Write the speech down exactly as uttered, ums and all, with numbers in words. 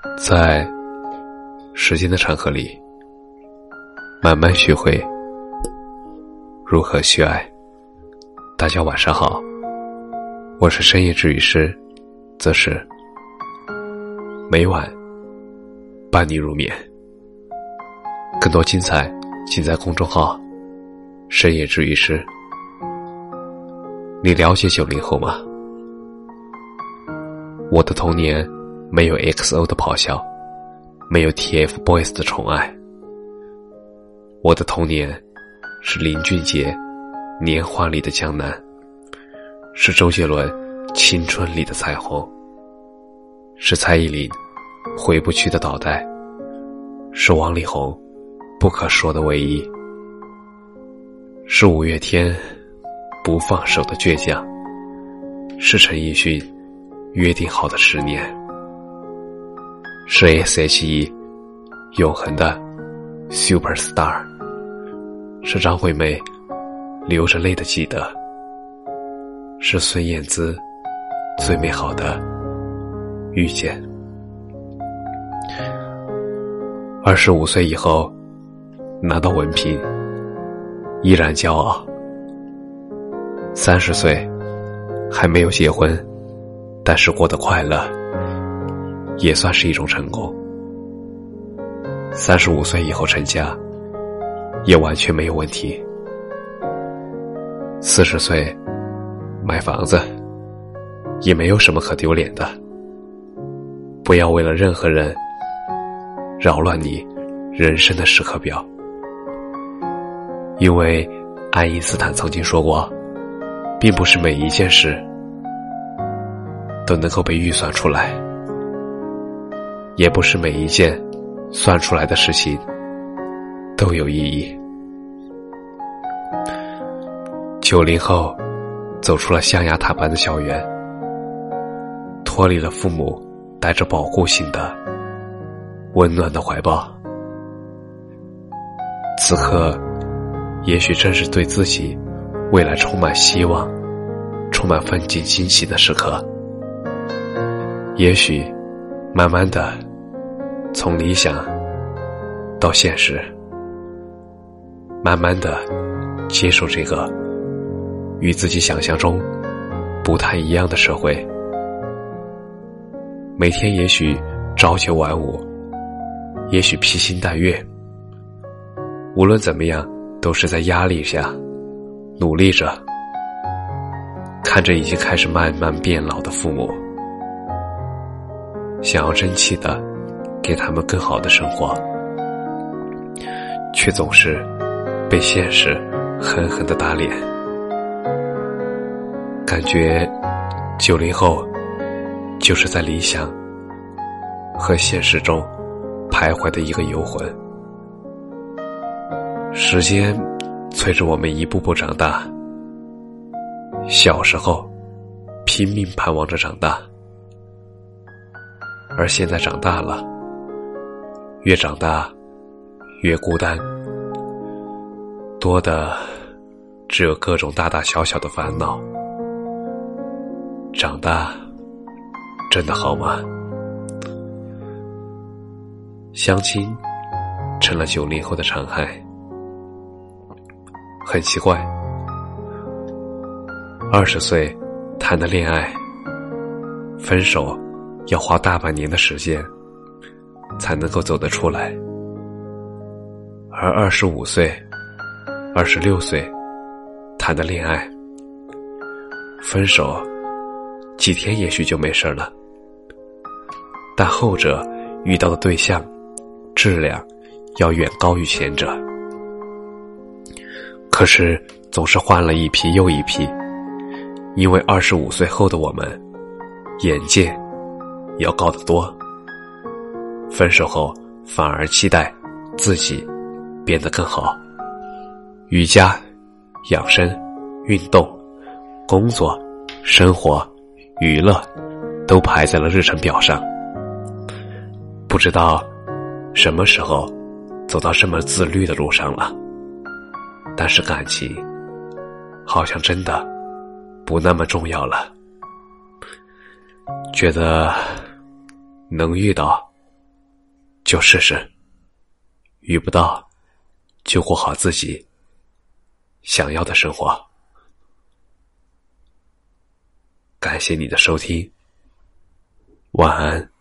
在时间的长河里，慢慢学会如何去爱。大家晚上好，我是深夜治愈师则是每晚伴你入眠。更多精彩尽在公众号深夜治愈师。你了解九零后吗？我的童年没有 X O 的咆哮，没有 T F Boys 的宠爱。我的童年是林俊杰年华里的江南，是周杰伦青春里的彩虹，是蔡依林回不去的倒带，是王力宏不可说的唯一，是五月天不放手的倔强，是陈奕迅约定好的十年，是 S H E 永恒的 Superstar， 是张惠妹流着泪的记得，是孙燕姿最美好的遇见。二十五岁以后拿到文凭依然骄傲，三十岁还没有结婚，但是过得快乐也算是一种成功。三十五岁以后成家也完全没有问题。四十岁买房子也没有什么可丢脸的。不要为了任何人扰乱你人生的时刻表，因为爱因斯坦曾经说过，并不是每一件事都能够被预算出来，也不是每一件算出来的事情都有意义。九零后走出了象牙塔般的校园，脱离了父母带着保护性的温暖的怀抱。此刻也许正是对自己未来充满希望充满奋进惊喜的时刻。也许慢慢的从理想到现实，慢慢的接受这个与自己想象中不太一样的社会。每天也许朝九晚五，也许披星戴月，无论怎么样都是在压力下努力着，看着已经开始慢慢变老的父母，想要争气的给他们更好的生活，却总是被现实狠狠地打脸。感觉九零后就是在理想和现实中徘徊的一个游魂。时间催着我们一步步长大，小时候拼命盼望着长大，而现在长大了，越长大越孤单，多的只有各种大大小小的烦恼。长大真的好吗？相亲成了九零后的常态。很奇怪，二十岁谈的恋爱，分手要花大半年的时间才能够走得出来，而二十五岁、二十六岁谈的恋爱，分手几天也许就没事了，但后者遇到的对象质量要远高于前者。可是总是换了一批又一批，因为二十五岁后的我们眼界要高得多，分手后反而期待自己变得更好。瑜伽、养生、运动、工作、生活、娱乐都排在了日程表上。不知道什么时候走到这么自律的路上了，但是感情好像真的不那么重要了。觉得能遇到就试试，遇不到就过好自己想要的生活。感谢你的收听，晚安。